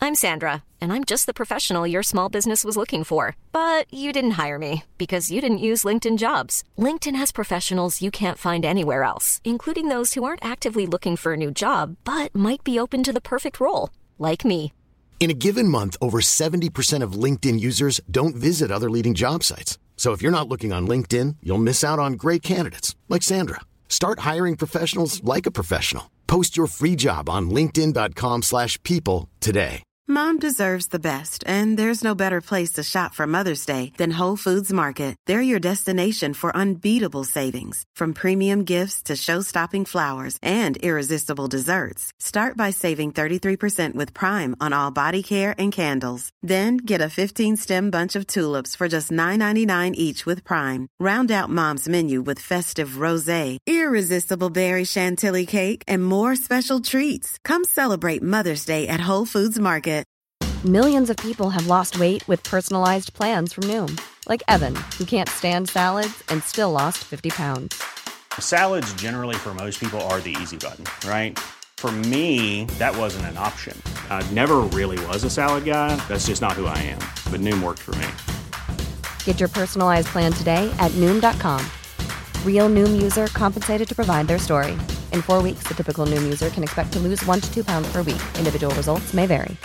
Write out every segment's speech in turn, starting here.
I'm Sandra, and I'm just the professional your small business was looking for. But you didn't hire me because you didn't use LinkedIn Jobs. LinkedIn has professionals you can't find anywhere else, including those who aren't actively looking for a new job, but might be open to the perfect role, like me. In a given month, over 70% of LinkedIn users don't visit other leading job sites. So if you're not looking on LinkedIn, you'll miss out on great candidates like Sandra. Start hiring professionals like a professional. Post your free job on linkedin.com/people today. Mom deserves the best, and there's no better place to shop for Mother's Day than Whole Foods Market. They're your destination for unbeatable savings, from premium gifts to show-stopping flowers and irresistible desserts. Start by saving 33% with Prime on all body care and candles. Then get a 15-stem bunch of tulips for just $9.99 each with Prime. Round out Mom's menu with festive rosé, irresistible berry chantilly cake, and more special treats. Come celebrate Mother's Day at Whole Foods Market. Millions of people have lost weight with personalized plans from Noom. Like Evan, who can't stand salads and still lost 50 pounds. Salads generally for most people are the easy button, right? For me, that wasn't an option. I never really was a salad guy. That's just not who I am. But Noom worked for me. Get your personalized plan today at Noom.com. Real Noom user compensated to provide their story. In 4 weeks, the typical Noom user can expect to lose 1 to 2 pounds per week. Individual results may vary.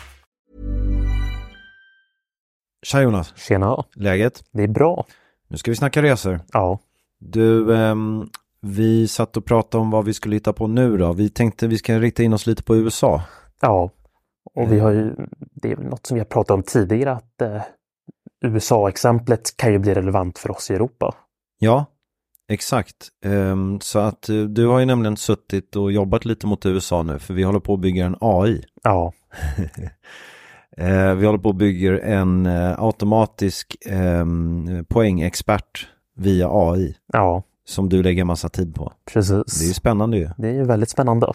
Tja Jonas. Tjena. Läget? Det är bra. Nu ska vi snacka resor. Ja. Du, vi satt och pratade om vad vi skulle hitta på nu då. Vi tänkte vi ska rikta in oss lite på USA. Ja. Och vi har ju, det är något som vi har pratat om tidigare, att USA-exemplet kan ju bli relevant för oss i Europa. Ja, exakt. Så att du har ju nämligen suttit och jobbat lite mot USA nu, för vi håller på att bygga en AI. Ja. Vi håller på att bygga en automatisk poängexpert via AI. Ja. Som du lägger massa tid på. Precis. Det är ju spännande ju. Det är ju väldigt spännande.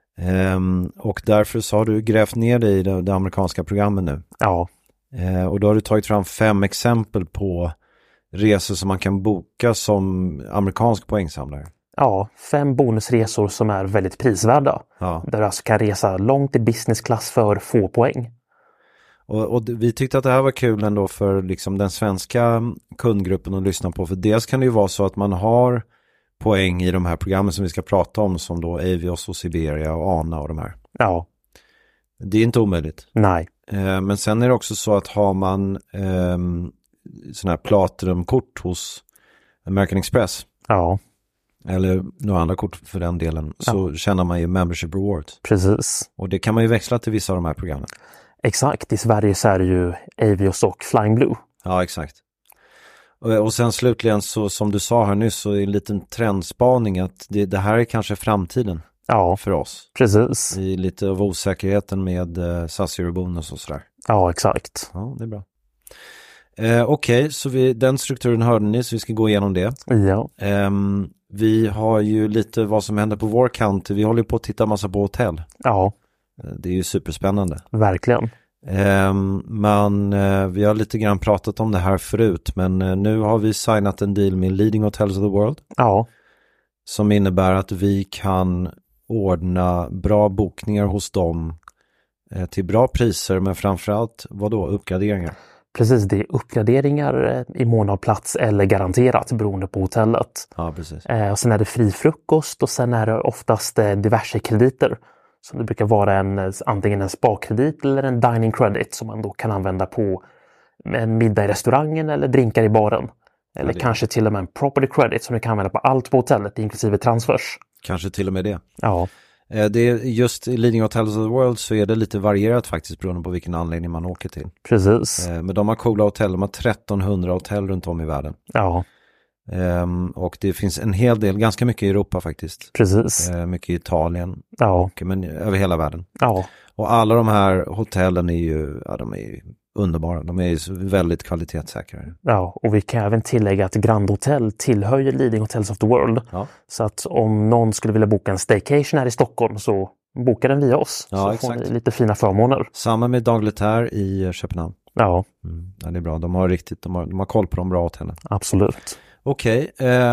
Och därför så har du grävt ner dig i det amerikanska programmet nu. Ja. Och då har du tagit fram 5 exempel på resor som man kan boka som amerikansk poängsamlare. Ja, 5 bonusresor som är väldigt prisvärda. Ja. Där du alltså kan resa långt i business class för få poäng. Och vi tyckte att det här var kul ändå för liksom den svenska kundgruppen att lyssna på. För dels kan det ju vara så att man har poäng i de här programmen som vi ska prata om, som då Avios och Siberia och ANA och de här. Ja. Det är inte omöjligt. Nej. Men sen är det också så att har man sådana här platinumkort hos American Express. Ja. Eller några andra kort för den delen. Så tjänar man ju membership rewards. Precis. Och det kan man ju växla till vissa av de här programmen. Exakt. I Sverige så är det ju Avios och Flying Blue. Ja, exakt. Och sen slutligen så, som du sa här nyss, så är en liten trendspaning att det här är kanske framtiden för oss. Precis. I lite av osäkerheten med SAS Eurobonus och sådär. Ja, exakt. Ja, det är bra. Okej, så den strukturen hörde ni, så vi ska gå igenom det. Ja. Vi har ju lite vad som händer på vår county. Vi håller på att titta massa på hotell. Ja. Det är ju superspännande. Verkligen. Vi har lite grann pratat om det här förut, men nu har vi signat en deal med Leading Hotels of the World. Ja. Som innebär att vi kan ordna bra bokningar hos dem till bra priser, men framförallt uppgraderingar. Precis, det är uppgraderingar i mån av plats eller garanterat beroende på hotellet. Ja, precis. Och sen är det fri frukost och sen är det oftast diverse krediter. Så det brukar vara antingen en spa-kredit eller en dining credit som man då kan använda på en middag i restaurangen eller drinkar i baren. Eller kanske till och med en property credit som du kan använda på allt på hotellet, inklusive transfers. Kanske till och med det. Ja. Det är just i Leading Hotels of the World så är det lite varierat faktiskt beroende på vilken anläggning man åker till. Precis. Men de har coola hotell, de har 1300 hotell runt om i världen. Ja. Och det finns en hel del, ganska mycket i Europa faktiskt. Precis. Mycket i Italien. Ja. Men över hela världen. Ja. Och alla de här hotellen är ju, de är ju underbara. De är ju väldigt kvalitetssäkra. Ja, och vi kan även tillägga att Grand Hotel tillhör ju Leading Hotels of the World. Ja. Så att om någon skulle vilja boka en staycation här i Stockholm så boka den via oss. Ja, så exakt. får ni lite fina förmåner. Samma med Dagletär i Köpenhamn. Ja. Ja, det är bra. De har koll på de bra hotellen. Absolut. Okej,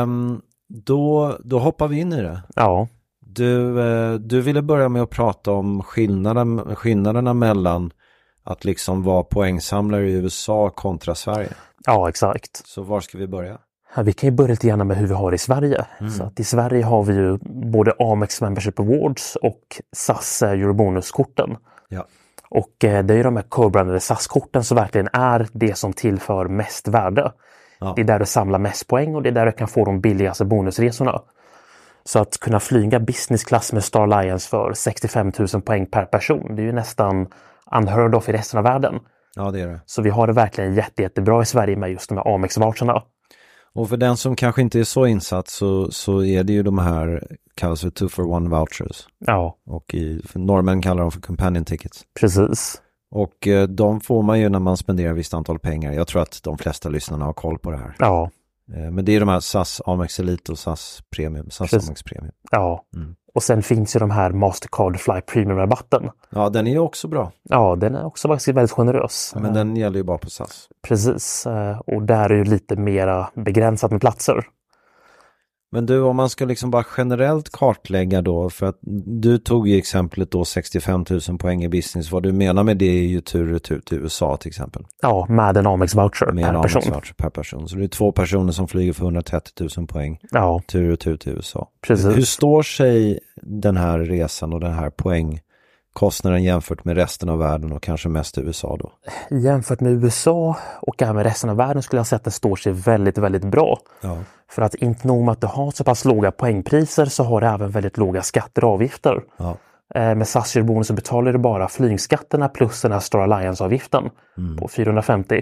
då hoppar vi in i det. Ja. Du ville börja med att prata om skillnaderna mellan att liksom vara poängsamlare i USA kontra Sverige. Ja, exakt. Så var ska vi börja? Ja, vi kan ju börja lite grann med hur vi har det i Sverige. Så att i Sverige har vi ju både Amex Membership Awards och SAS Eurobonus-korten. Ja. Och det är ju de här co-brandade SAS-korten som verkligen är det som tillför mest värde. Ja. Det är där du samlar mest poäng och det är där du kan få de billigaste bonusresorna. Så att kunna flyga business class med Star Alliance för 65 000 poäng per person, det är ju nästan unheard of i resten av världen. Ja, det är det. Så vi har det verkligen jättebra i Sverige med just de här Amex-voucherna. Och för den som kanske inte är så insatt så är det ju de här, kallas för 2-for-1 vouchers. Ja, Och för norrmän kallar de för companion tickets. precis. Och de får man ju när man spenderar visst antal pengar. Jag tror att de flesta lyssnarna har koll på det här. Ja, Men det är de här SAS Amex Elite och SAS Premium, SAS Precis. Amex Premium. ja. Och sen finns ju de här Mastercard Fly Premium-rabatten. Ja, den är ju också bra. Ja, den är också faktiskt väldigt generös. Men den gäller ju bara på SAS. Precis, och där är ju lite mera begränsat med platser. Men du, om man ska liksom bara generellt kartlägga då, för att du tog ju exemplet då 65 000 poäng i business. Vad du menar med det är ju tur och retur till USA till exempel. Ja, med en Amex-voucher Med per en person. Amex-voucher per person. Så det är 2 personer som flyger för 130 000 poäng. Ja, Tur och retur till USA. precis. Hur står sig den här resan och den här poängkostnaden jämfört med resten av världen och kanske mest USA då? Jämfört med USA och även resten av världen skulle jag säga att det står sig väldigt, väldigt bra. Ja. För att inte nog med att du har så pass låga poängpriser så har du även väldigt låga skatter och avgifter. Ja. Med SAS Eurobonus så betalar du bara flygskatterna plus den här Star Alliance-avgiften på 450.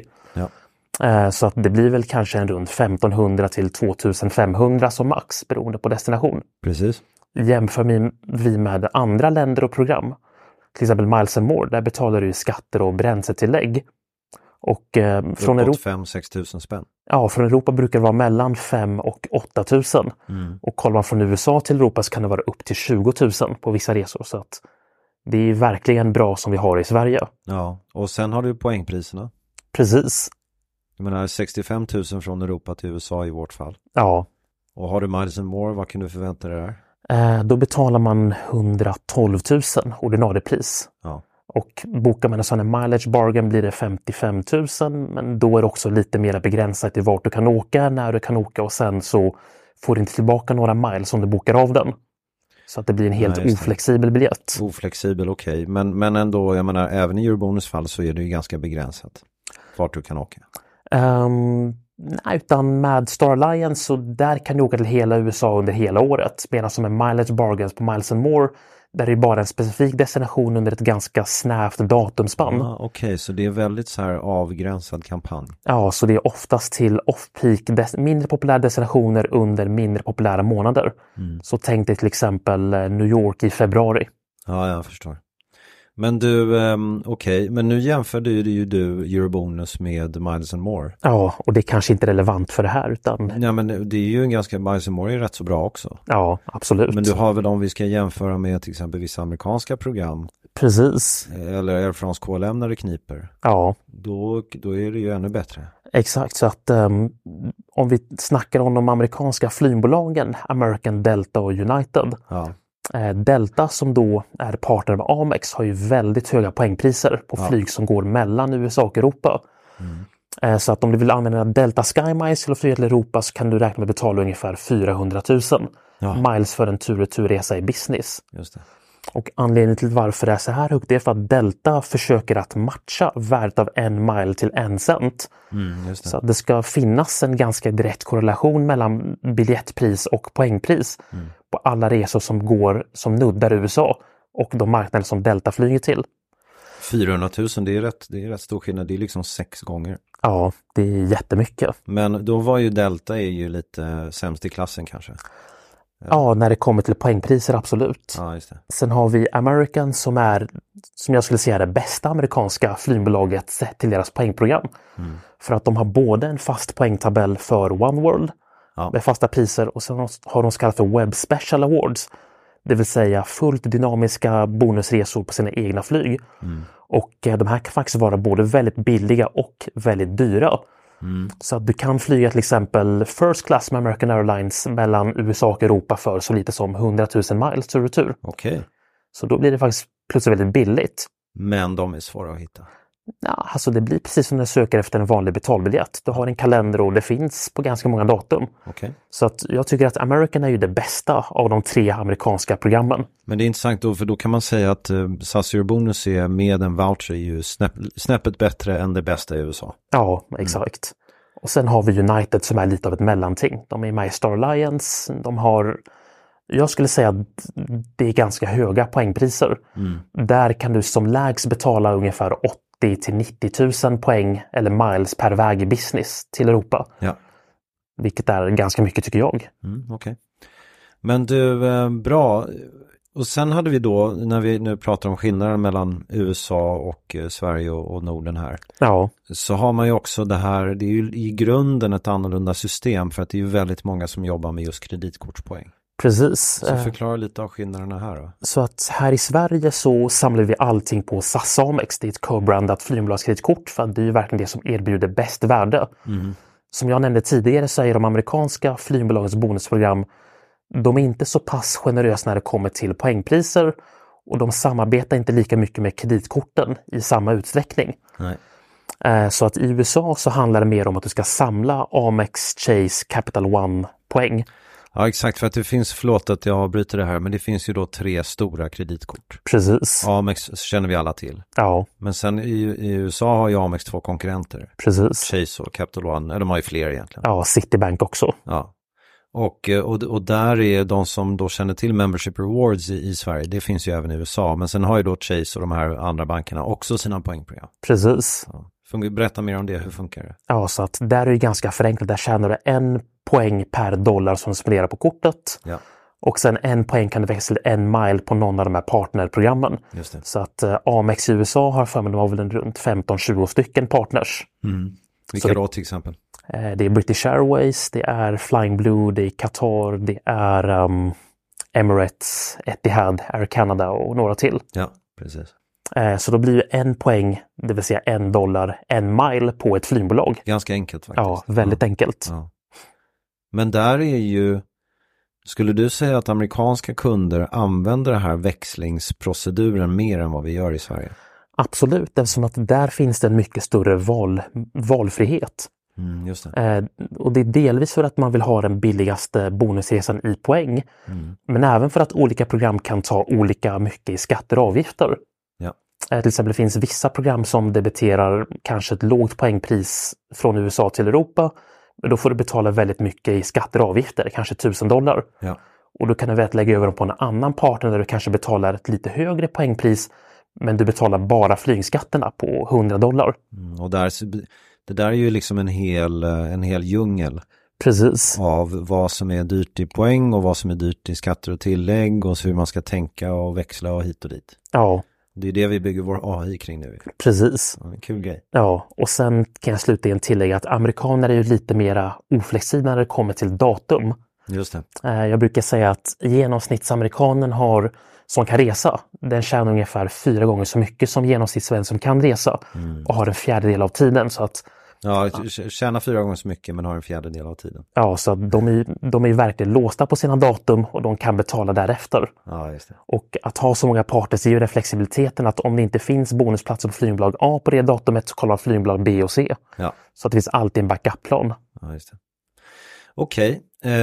Ja. Så att det blir väl kanske en runt 1500 till 2500 som max beroende på destination. Precis. Jämför vi med andra länder och program, till exempel Miles & More, där betalar du skatter och bränsletillägg. Och från Europa, 5-6 000 spänn. ja, från Europa brukar det vara mellan 5 och 8 000. Och kollar man från USA till Europa så kan det vara upp till 20 000 på vissa resor. Så att det är verkligen bra som vi har i Sverige. Ja, och sen har du poängpriserna. Precis. Jag menar 65 000 från Europa till USA i vårt fall. Ja. Och har du Miles & More, vad kan du förvänta dig där? Då betalar man 112 000 ordinarie pris. Ja. Och bokar man en sån här mileage bargain blir det 55 000, men då är det också lite mer begränsat i vart du kan åka, när du kan åka och sen så får du inte tillbaka några miles om du bokar av den. Så att det blir en helt oflexibel biljett. Oflexibel, okej. Men ändå, jag menar, även i Eurobonus fall så är det ju ganska begränsat vart du kan åka. Nej, utan med Star Alliance så där kan du åka till hela USA under hela året. Medan som en mileage bargains på Miles & More, där är det bara en specifik destination under ett ganska snävt datumspann. Okej, så det är väldigt så här avgränsad kampanj. Ja, så det är oftast till off-peak, mindre populära destinationer under mindre populära månader. Så tänk dig till exempel New York i februari. Ja, jag förstår. Men du, okej, men nu jämförde ju du Eurobonus med Miles & More. Ja, och det är kanske inte är relevant för det här utan... Ja, men det är ju en ganska, Miles & More är rätt så bra också. Ja, absolut. Men du har väl, om vi ska jämföra med till exempel vissa amerikanska program. Precis. Eller Air France KLM när det kniper. Ja. Då är det ju ännu bättre. Exakt, så att om vi snackar om de amerikanska flygbolagen, American, Delta och United. Ja. Delta som då är partner med Amex har ju väldigt höga poängpriser på flyg som går mellan USA och Europa. Så att om du vill använda Delta SkyMiles till att flyga till Europa så kan du räkna med att betala ungefär 400 000 miles för en tur-retur-resa i business. Just det. Och anledningen till varför det är så här högt är för att Delta försöker att matcha värdet av 1 mile till 1 cent. Just det. Så att det ska finnas en ganska direkt korrelation mellan biljettpris och poängpris på alla resor som nuddar USA och de marknader som Delta flyger till. 400 000, det är rätt stor skillnad. Det är liksom 6 gånger. Ja, det är jättemycket. Men då var ju Delta är ju lite sämst i klassen kanske. Ja, när det kommer till poängpriser, absolut. Ja, just det. Sen har vi American som är, som jag skulle säga, det bästa amerikanska flygbolaget sett till deras poängprogram. För att de har både en fast poängtabell för Oneworld med fasta priser och sen har de så kallat för Web Special Awards. Det vill säga fullt dynamiska bonusresor på sina egna flyg. Och de här kan faktiskt vara både väldigt billiga och väldigt dyra. Så att du kan flyga till exempel First Class med American Airlines mellan USA och Europa för så lite som 100 000 miles tur och retur. Okej. Så då blir det faktiskt plötsligt väldigt billigt. Men de är svåra att hitta. Ja, alltså det blir precis som när du söker efter en vanlig betalbiljett. Du har en kalender och det finns på ganska många datum. Okay. Så att jag tycker att American är ju det bästa av de 3 amerikanska programmen. Men det är intressant då, för då kan man säga att SAS Eurobonus är med en voucher ju snäppet bättre än det bästa i USA. Ja, exakt. Och sen har vi United som är lite av ett mellanting. De är med i Star Alliance. De har, jag skulle säga att det är ganska höga poängpriser. Där kan du som lägst betala ungefär 80 till 90 000 poäng eller miles per väg i business till Europa. Ja. Vilket är ganska mycket tycker jag. Okej. Men du, bra. Och sen hade vi då, när vi nu pratar om skillnaden mellan USA och Sverige och Norden här. Ja. Så har man ju också det här, det är ju i grunden ett annorlunda system för att det är ju väldigt många som jobbar med just kreditkortspoäng. Precis. Så förklara lite av skillnaderna här då. Så att här i Sverige så samlar vi allting på SAS Amex. Det är ett co-brandat flygbolagskreditkort för att det är ju verkligen det som erbjuder bäst värde. Som jag nämnde tidigare så är de amerikanska flygbolagens bonusprogram, de är inte så pass generösa när det kommer till poängpriser och de samarbetar inte lika mycket med kreditkorten i samma utsträckning. Nej. Så att i USA så handlar det mer om att du ska samla Amex, Chase, Capital One poäng. Ja, exakt, för att det finns, förlåt att jag avbryter det här, men det finns ju då 3 stora kreditkort. Precis. Amex känner vi alla till. Ja. Men sen i USA har ju Amex 2 konkurrenter. Precis. Chase och Capital One, eller de har ju fler egentligen. Ja, Citibank också. Ja. Och där är de som då känner till Membership Rewards i Sverige, det finns ju även i USA. Men sen har ju då Chase och de här andra bankerna också sina poängprogram. Precis. Ja. Berätta mer om det, hur funkar det? Ja, så att där är det ganska förenklat. Där tjänar du 1 poäng per dollar som du spenderar på kortet. Ja. Och sen 1 poäng kan du växla till 1 mile på någon av de här partnerprogrammen. Just det. Så att Amex i USA har för mig, de har väl runt 15-20 stycken partners. Vilka då till exempel? Det är British Airways, det är Flying Blue, det är Qatar, det är Emirates, Etihad, Air Canada och några till. Ja, precis. Så då blir ju 1 poäng, det vill säga 1 dollar, 1 mile på ett flygbolag. Ganska enkelt faktiskt. Ja, väldigt enkelt. Ja. Men där är ju, skulle du säga att amerikanska kunder använder den här växlingsproceduren mer än vad vi gör i Sverige? Absolut, eftersom att där finns det en mycket större valfrihet. Just det. Och det är delvis för att man vill ha den billigaste bonusresan i poäng. Men även för att olika program kan ta olika mycket i skatter och avgifter. Ja. Till exempel det finns vissa program som debiterar kanske ett lågt poängpris från USA till Europa. Men då får du betala väldigt mycket i skatter och avgifter, kanske $1,000. Ja. Och då kan du väl lägga över dem på en annan partner där du kanske betalar ett lite högre poängpris. Men du betalar bara flygskatterna på $100. Och det där är ju liksom en hel djungel. Precis. Av vad som är dyrt i poäng och vad som är dyrt i skatter och tillägg och så hur man ska tänka och växla och hit och dit. Ja. Det är det vi bygger vår AI kring nu. Precis. Ja, en kul grej. Ja, och sen kan jag slutligen tillägga att amerikaner är ju lite mera oflexibla när det kommer till datum. Just det. Jag brukar säga att genomsnittsamerikanen som kan resa, den tjänar ungefär 4 gånger så mycket som genomsnittssvensk som kan resa och har en fjärdedel av tiden. Så att, ja, tjänar 4 gånger så mycket men har en fjärdedel av tiden. Ja, så att de är verkligen låsta på sina datum och de kan betala därefter. Ja, just det. Och att ha så många partners ger den flexibiliteten att om det inte finns bonusplatser på flygbolag A på det datumet så kollar flygbolag B och C. Ja. Så att det finns alltid en backup-plan. Ja, just det. Okej,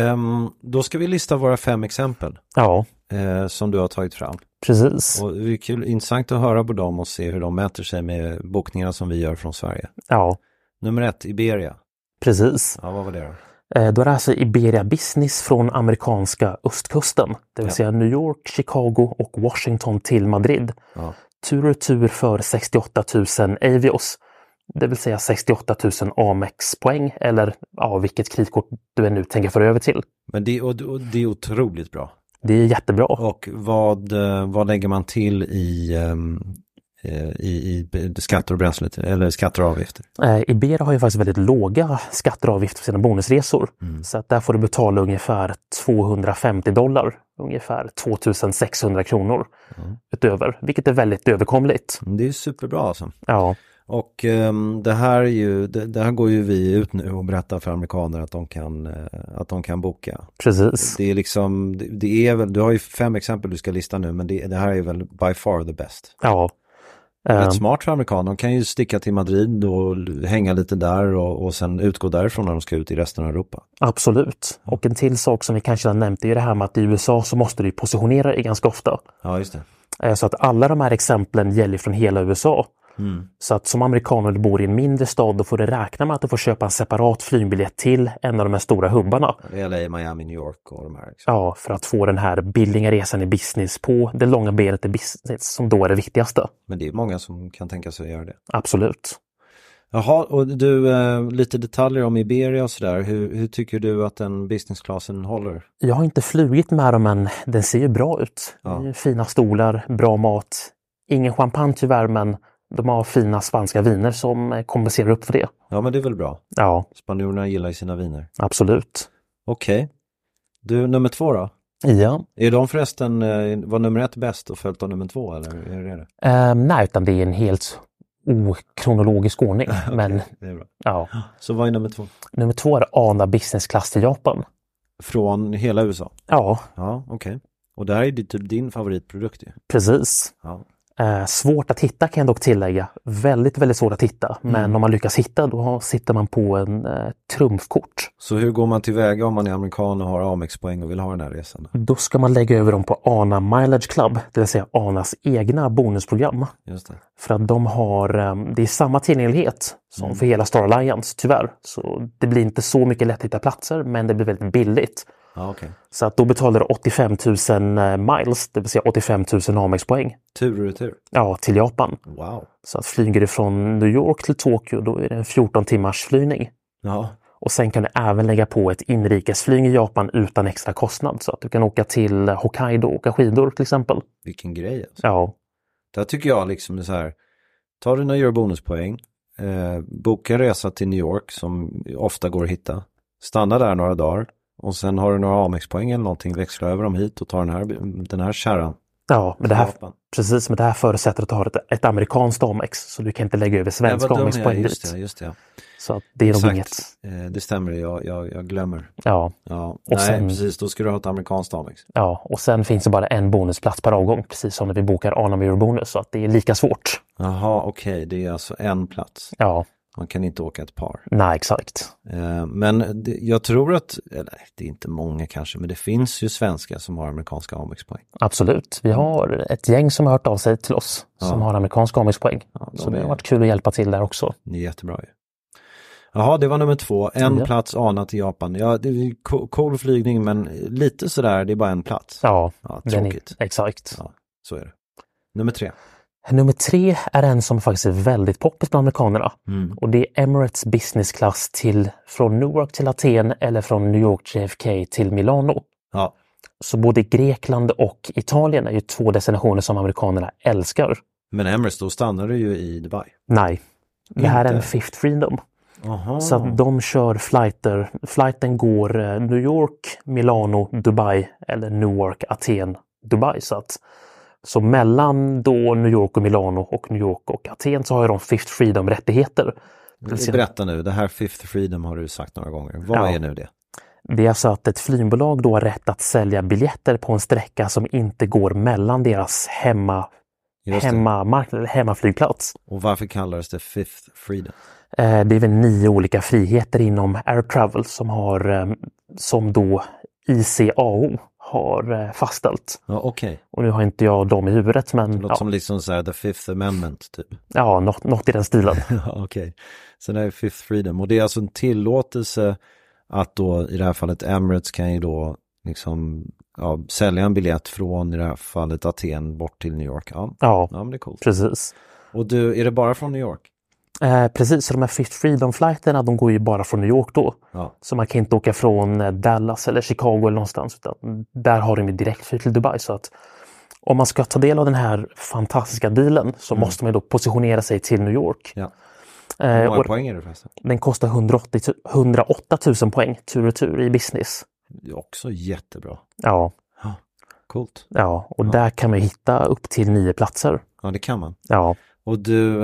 då ska vi lista våra 5 exempel. Ja. Som du har tagit fram. Precis. Och det är kul, intressant att höra på dem och se hur de mäter sig med bokningarna som vi gör från Sverige. Ja. Nummer 1, Iberia. Precis. Ja, vad var det då? Då är det alltså Iberia Business från amerikanska östkusten. Det vill säga New York, Chicago och Washington till Madrid. Ja. Tur och tur för 68 000 Avios. Det vill säga 68 000 Amex-poäng eller vilket kreditkort du nu tänker föra över till. Men det är otroligt bra. Det är jättebra. Och vad lägger man till i skatter och bränsle eller skatter och avgifter? Iberia har ju faktiskt väldigt låga skatter och avgifter för sina bonusresor. Så att där får du betala ungefär $250, ungefär 2600 kronor utöver, vilket är väldigt överkomligt. Det är superbra alltså. Ja. Och det här går ju vi ut nu och berättar för amerikaner att de kan boka. Precis. Det är liksom, det är väl, du har ju 5 exempel du ska lista nu, men det här är väl by far the best. Ja. Rätt smart för amerikaner. De kan ju sticka till Madrid och hänga lite där och sen utgå därifrån när de ska ut i resten av Europa. Absolut. Och en till sak som vi kanske har nämnt är det här med att i USA så måste du positionera dig ganska ofta. Ja, just det. Så att alla de här exemplen gäller från hela USA. Så att som amerikaner du bor i en mindre stad då får du räkna med att du får köpa en separat flygbiljett till en av de här stora hubbarna. LA, Miami, New York och de här. Liksom. Ja, för att få den här billiga resan i business på det långa benet i business som då är det viktigaste. Men det är många som kan tänka sig att göra det. Absolut. Jaha, och du, lite detaljer om Iberia och sådär. Hur tycker du att den businessklassen håller? Jag har inte flugit med dem men den ser ju bra ut. Ja. Fina stolar, bra mat. Ingen champagne tyvärr men de har fina spanska viner som kompenserar upp för det. Ja, men det är väl bra. Ja. Spanjorerna gillar ju sina viner. Absolut. Okej. Du, nummer 2 då? Ja. Är de förresten, var nummer 1 bäst och följt av nummer 2 eller är det? Nej, utan det är en helt okronologisk ordning. Okay, men det är bra. Ja. Så vad är nummer 2? Nummer 2 är ANA Business Class till Japan. Från hela USA? Ja. Ja, okej. Och där är det typ din favoritprodukt ju. Precis. Ja. Svårt att hitta kan jag dock tillägga. Väldigt, väldigt svårt att hitta. Men om man lyckas hitta då sitter man på en trumfkort. Så hur går man tillväga om man är amerikan och har Amex-poäng och vill ha den här resan? Då ska man lägga över dem på ANA Mileage Club. Det vill säga ANAs egna bonusprogram. Just det. För att de har, det är samma tillgänglighet som för hela Star Alliance tyvärr. Så det blir inte så mycket lätt att hitta platser men det blir väldigt billigt. Ah, okay. Så att då betalar du 85 000 miles, det vill säga 85 000 Amex-poäng. Tur och retur? Ja, till Japan. Wow. Så att flyger du från New York till Tokyo då är det en 14 timmars flygning. Ja. Och sen kan du även lägga på ett inrikesflyg i Japan utan extra kostnad. Så att du kan åka till Hokkaido och åka skidor till exempel. Vilken grej alltså. Ja. Där tycker jag liksom är så här, tar du några bonuspoäng, boka resa till New York som ofta går att hitta, stanna där några dagar. Och sen har du några Amex-poäng eller någonting, växla över dem hit och ta den här kärran. Ja, men det här, precis, men det här förutsätter att du har ett amerikanskt Amex. Så du kan inte lägga över svenska Amex-poäng dit. Just det. Så att det är nog inget. Det stämmer, jag glömmer. Ja. Och nej, sen, precis, då ska du ha ett amerikanskt Amex. Ja, och sen finns det bara en bonusplats per avgång, precis som när vi bokar ANA Euro bonus. Så att det är lika svårt. Jaha, okej, det är alltså en plats. Ja. Man kan inte åka ett par. Nej, exakt. Men jag tror att, eller det är inte många kanske, men det finns ju svenskar som har amerikanska Amex-poäng. Absolut. Vi har ett gäng som har hört av sig till oss som har amerikanska Amex-poäng. Ja, så det har varit kul att hjälpa till där också. Det är jättebra ju. Jaha, det var nummer 2. En plats ANA till Japan. Ja, det är cool flygning men lite sådär, det är bara en plats. Ja tråkigt. Exakt. Ja, så är det. Nummer 3. Nummer 3 är en som faktiskt är väldigt poppis bland amerikanerna. Och det är Emirates Business Class från Newark till Aten eller från New York JFK till Milano. Ja. Så både Grekland och Italien är ju 2 destinationer som amerikanerna älskar. Men Emirates, då stannar du ju i Dubai. Nej, det här är en Fifth Freedom. Aha. Så att de kör flighter. Flighten går New York, Milano, Dubai eller Newark, Aten, Dubai. Så mellan då New York och Milano och New York och Aten så har de Fifth Freedom-rättigheter. Berätta nu, det här Fifth Freedom har du sagt några gånger. Vad är nu det? Det är alltså att ett flygbolag då har rätt att sälja biljetter på en sträcka som inte går mellan deras hemmaflygplats. Och varför kallades det Fifth Freedom? Det är väl 9 olika friheter inom Air Travel som då ICAO har fastställt. Ja, okej. Och nu har inte jag dem i huvudet, men... Det låter som liksom så här, the Fifth Amendment, typ. Ja, något i den stilen. Okej. Så det är Fifth Freedom. Och det är alltså en tillåtelse att då, i det här fallet Emirates kan ju då liksom sälja en biljett från, i det här fallet, Aten bort till New York. Ja, men det är coolt. Precis. Och är det bara från New York? Precis, så de här Fifth Freedom-flighterna de går ju bara från New York då. Ja. Så man kan inte åka från Dallas eller Chicago eller någonstans. Utan där har de ju direktflyg till Dubai. Så att om man ska ta del av den här fantastiska dealen så måste man då positionera sig till New York. Ja. Hur många poäng är det förresten? Den kostar 108 000 poäng tur och tur i business. Det är också jättebra. Ja. Coolt. Ja, och där kan man hitta upp till 9 platser. Ja, det kan man. Ja. Och du,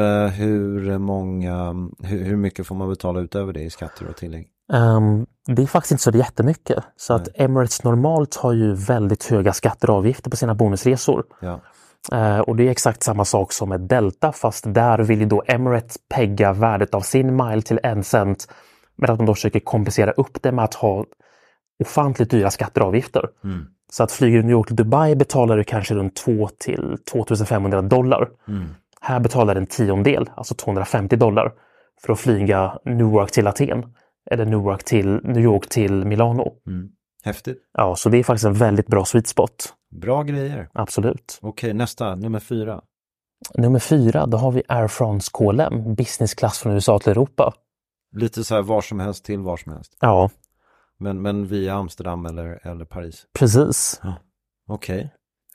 hur mycket får man betala utöver det i skatter och tillägg? Det är faktiskt inte så jättemycket. Så att Emirates normalt har ju väldigt höga skatter och avgifter på sina bonusresor. Ja. Och det är exakt samma sak som med Delta, fast där vill ju då Emirates pegga värdet av sin mile till 1 cent, men att man då försöker kompensera upp det med att ha ofantligt dyra skatter och avgifter. Så att flyger New York till Dubai betalar du kanske runt 2 till $2,500. Här betalar en 10-del, alltså $250 för att flyga Newark till Aten eller New York till Milano. Häftigt. Ja, så det är faktiskt en väldigt bra sweet spot. Bra grejer. Absolut. Okej, nästa, nummer 4. Nummer 4, då har vi Air France KLM, business class från USA till Europa. Lite så här var som helst till var som helst. Ja. Men via Amsterdam eller Paris. Precis. Ja. Okej.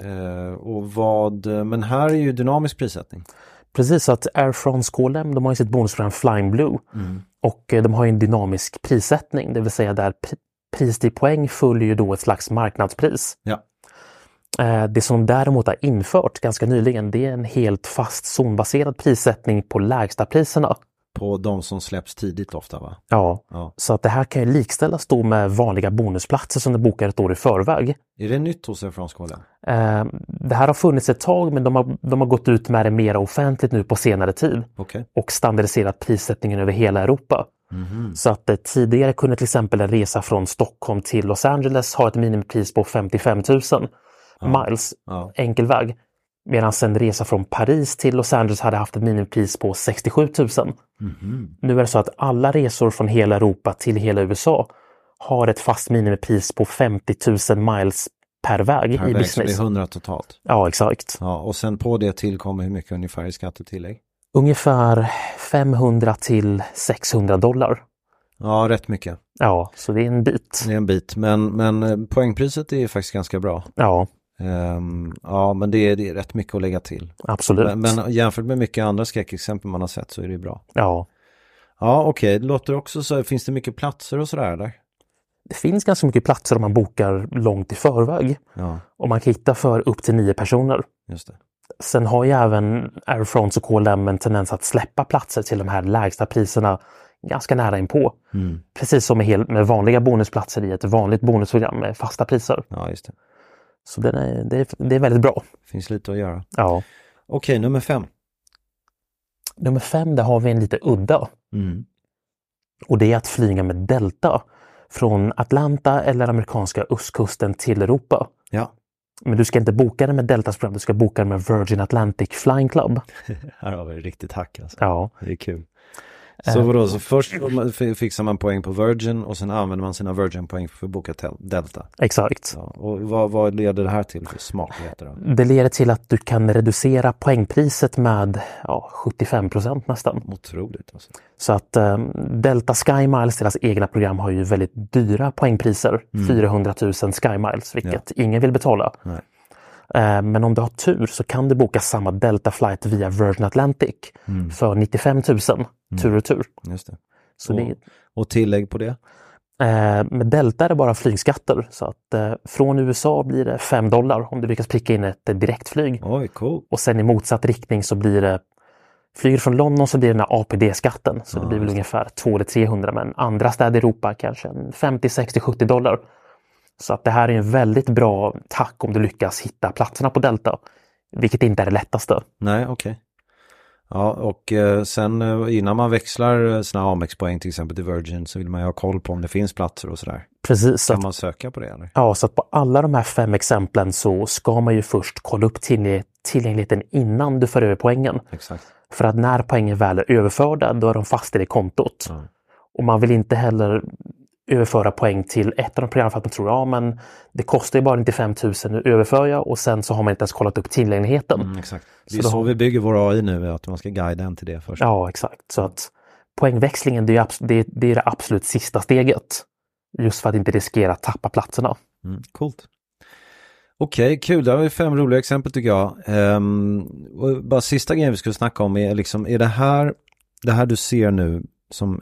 Men här är ju dynamisk prissättning. Precis, så att Air France KLM, de har ju sitt bonusprogram Flying Blue. Och de har ju en dynamisk prissättning, det vill säga där pris till poäng följer ju då ett slags marknadspris. Ja. Det som däremot har infört ganska nyligen, det är en helt fast zonbaserad prissättning på lägsta priserna. På de som släpps tidigt ofta, va? Ja, så att det här kan ju likställas då med vanliga bonusplatser som du bokar ett år i förväg. Är det nytt hos Air France KLM? Det här har funnits ett tag, men de har gått ut med det mer offentligt nu på senare tid. Okay. Och standardiserat prissättningen över hela Europa. Så att tidigare kunde till exempel en resa från Stockholm till Los Angeles ha ett minimipris på 55 000 miles, enkel väg. Medan en resa från Paris till Los Angeles hade haft ett minimipris på 67 000. Nu är det så att alla resor från hela Europa till hela USA har ett fast minimipris på 50 000 miles per väg i business. Så det är 100 totalt? Ja, exakt. Ja, och sen på det tillkommer hur mycket ungefär i skattetillägg? Ungefär 500 till $600. Ja, rätt mycket. Ja, så det är en bit. Det är en bit, men poängpriset är faktiskt ganska bra. Ja. Ja, men det är rätt mycket att lägga till. Absolut. Men jämfört med mycket andra skräckexempel man har sett så är det bra. Ja. Ja, okej. Det låter också så. Finns det mycket platser och sådär där? Det finns ganska mycket platser om man bokar långt i förväg. Ja. Och man kan hitta för upp till 9 personer. Just det. Sen har ju även Air France och KLM en tendens att släppa platser till de här lägsta priserna ganska nära inpå. Precis som med vanliga bonusplatser i ett vanligt bonusprogram med fasta priser. Ja, just det. Så det är väldigt bra. Finns lite att göra. Ja. Okej, nummer 5. Nummer 5, där har vi en lite udda. Och det är att flyga med Delta från Atlanta eller amerikanska östkusten till Europa. Ja. Men du ska inte boka det med Deltas program, du ska boka det med Virgin Atlantic Flying Club. Här har vi riktigt hack alltså. Ja. Det är kul. Så vadå, så först fixar man poäng på Virgin och sen använder man sina Virgin-poäng för att boka Delta. Exakt. Ja, och vad leder det här till för smartheter då? Det leder till att du kan reducera poängpriset med 75% nästan. Otroligt alltså. Så att Delta Sky Miles, deras egna program, har ju väldigt dyra poängpriser. 400 000 Sky Miles, vilket ingen vill betala. Nej. Men om du har tur så kan du boka samma Delta flight via Virgin Atlantic för 95 000 tur och tur. Just det. Så och tillägg på det? Med Delta är det bara flygskatter. Så att från USA blir det $5 om du lyckas pricka in ett direktflyg. Oj, cool. Och sen i motsatt riktning så blir det, flyger från London så blir det den här APD-skatten. Så det blir väl ungefär 200-300, men andra städer i Europa kanske 50, 60, $70. Så att det här är en väldigt bra tack om du lyckas hitta platserna på Delta. Vilket inte är det lättaste. Nej, okej. Ja, och sen innan man växlar sina Amex-poäng till exempel till Virgin så vill man ju ha koll på om det finns platser och sådär. Precis. Kan man söka på det eller? Ja, så att på alla de här 5 exemplen så ska man ju först kolla upp tillgängligheten innan du för över poängen. Exakt. För att när poängen väl är överförda, då är de fast i kontot. Och man vill inte heller överföra poäng till ett av de programmen för att man tror men det kostar ju bara 95 000, nu överför jag, och sen så har man inte ens kollat upp tillgängligheten. Exakt. Det är så vi bygger vår AI nu, att man ska guida en till det först. Ja, exakt. Så att poängväxlingen, det är det absolut sista steget. Just för att inte riskera att tappa platserna. Coolt. Okej, kul. Det var 5 roliga exempel tycker jag. Och bara sista grejen vi skulle snacka om är liksom, är det här du ser nu som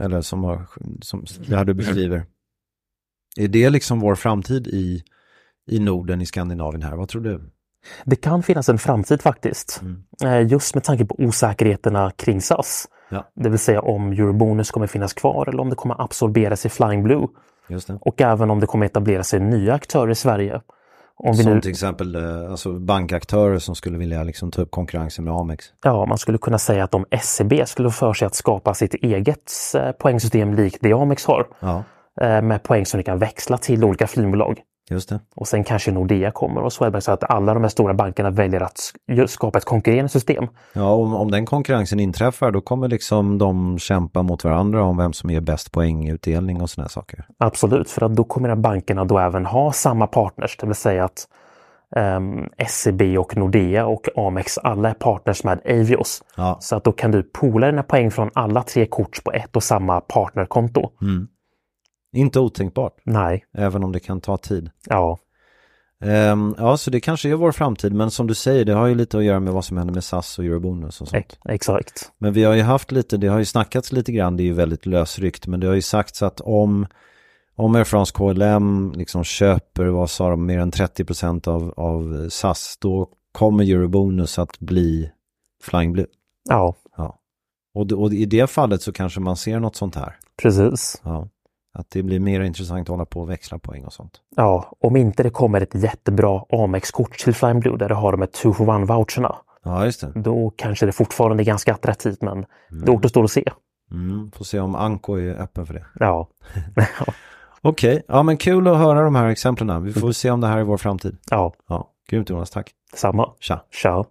det här du beskriver, är det liksom vår framtid i Norden, i Skandinavien här? Vad tror du? Det kan finnas en framtid faktiskt. Just med tanke på osäkerheterna kring SAS. Ja. Det vill säga om Eurobonus kommer finnas kvar eller om det kommer absorberas i Flying Blue. Just det. Och även om det kommer etablera sig nya aktörer i Sverige. Om vi som till exempel alltså bankaktörer som skulle vilja liksom ta upp konkurrensen med Amex. Ja, man skulle kunna säga att om SEB skulle för sig att skapa sitt eget poängsystem likt det Amex har. Ja. Med poäng som ni kan växla till olika flygbolag. Just det. Och sen kanske Nordea kommer och Swedbank, så att alla de här stora bankerna väljer att skapa ett konkurrerande system. Ja, om den konkurrensen inträffar då kommer liksom de kämpa mot varandra om vem som ger bäst poängutdelning och såna här saker. Absolut, för att då kommer bankerna då även ha samma partners, det vill säga att SEB och Nordea och Amex alla är partners med Avios. Ja. Så att då kan du poola dina poäng från alla 3 kort på ett och samma partnerkonto. Mm. Inte otänkbart. Nej. Även om det kan ta tid. Ja. Ja, så det kanske är vår framtid. Men som du säger, det har ju lite att göra med vad som händer med SAS och Eurobonus och sånt. Exakt. Men vi har ju haft lite, det har ju snackats lite grann, det är ju väldigt lösryckt. Men det har ju sagts att om Air France KLM liksom köper, vad sa de, mer än 30% av SAS, då kommer Eurobonus att bli Flying Blue. Ja. Och i det fallet så kanske man ser något sånt här. Precis. Ja. Att det blir mer intressant att hålla på och växla poäng och sånt. Ja, om inte det kommer ett jättebra Amex-kort till Flying Blue där det har de ett 2-for-1-voucherna. Ja, just det. Då kanske det fortfarande är ganska attraktivt, men det återstår att se. Får se om Anko är öppen för det. Ja. Okej, ja men kul att höra de här exemplen. Vi får se om det här är vår framtid. Ja. Grymt Jonas, tack. Samma. Tja.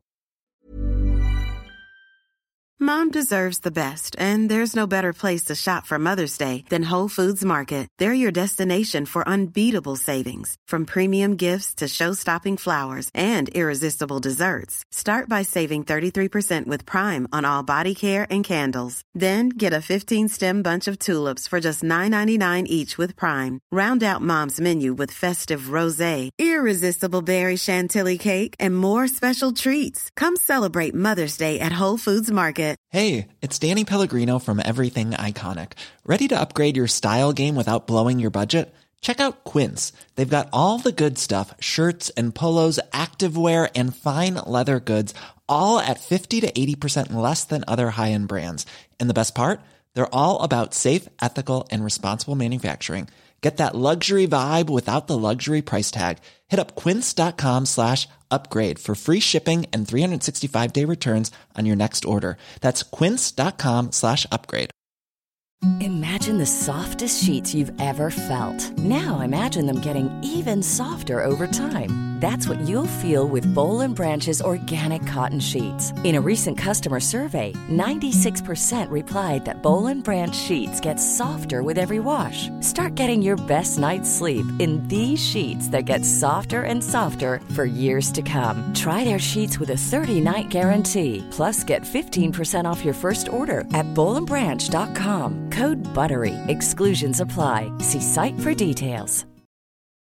Mom deserves the best, and there's no better place to shop for Mother's Day than Whole Foods Market. They're your destination for unbeatable savings, from premium gifts to show-stopping flowers and irresistible desserts. Start by saving 33% with Prime on all body care and candles. Then get a 15-stem bunch of tulips for just $9.99 each with Prime. Round out Mom's menu with festive rosé, irresistible berry chantilly cake, and more special treats. Come celebrate Mother's Day at Whole Foods Market. Hey, it's Danny Pellegrino from Everything Iconic. Ready to upgrade your style game without blowing your budget? Check out Quince. They've got all the good stuff, shirts and polos, activewear, and fine leather goods, all at 50 to 80% less than other high-end brands. And the best part? They're all about safe, ethical, and responsible manufacturing. Get that luxury vibe without the luxury price tag. Hit up quince.com/upgrade for free shipping and 365-day returns on your next order. That's quince.com/upgrade. Imagine the softest sheets you've ever felt. Now imagine them getting even softer over time. That's what you'll feel with Boll & Branch's organic cotton sheets. In a recent customer survey, 96% replied that Boll & Branch sheets get softer with every wash. Start getting your best night's sleep in these sheets that get softer and softer for years to come. Try their sheets with a 30-night guarantee. Plus, get 15% off your first order at bollandbranch.com. Code BUTTERY. Exclusions apply. See site for details.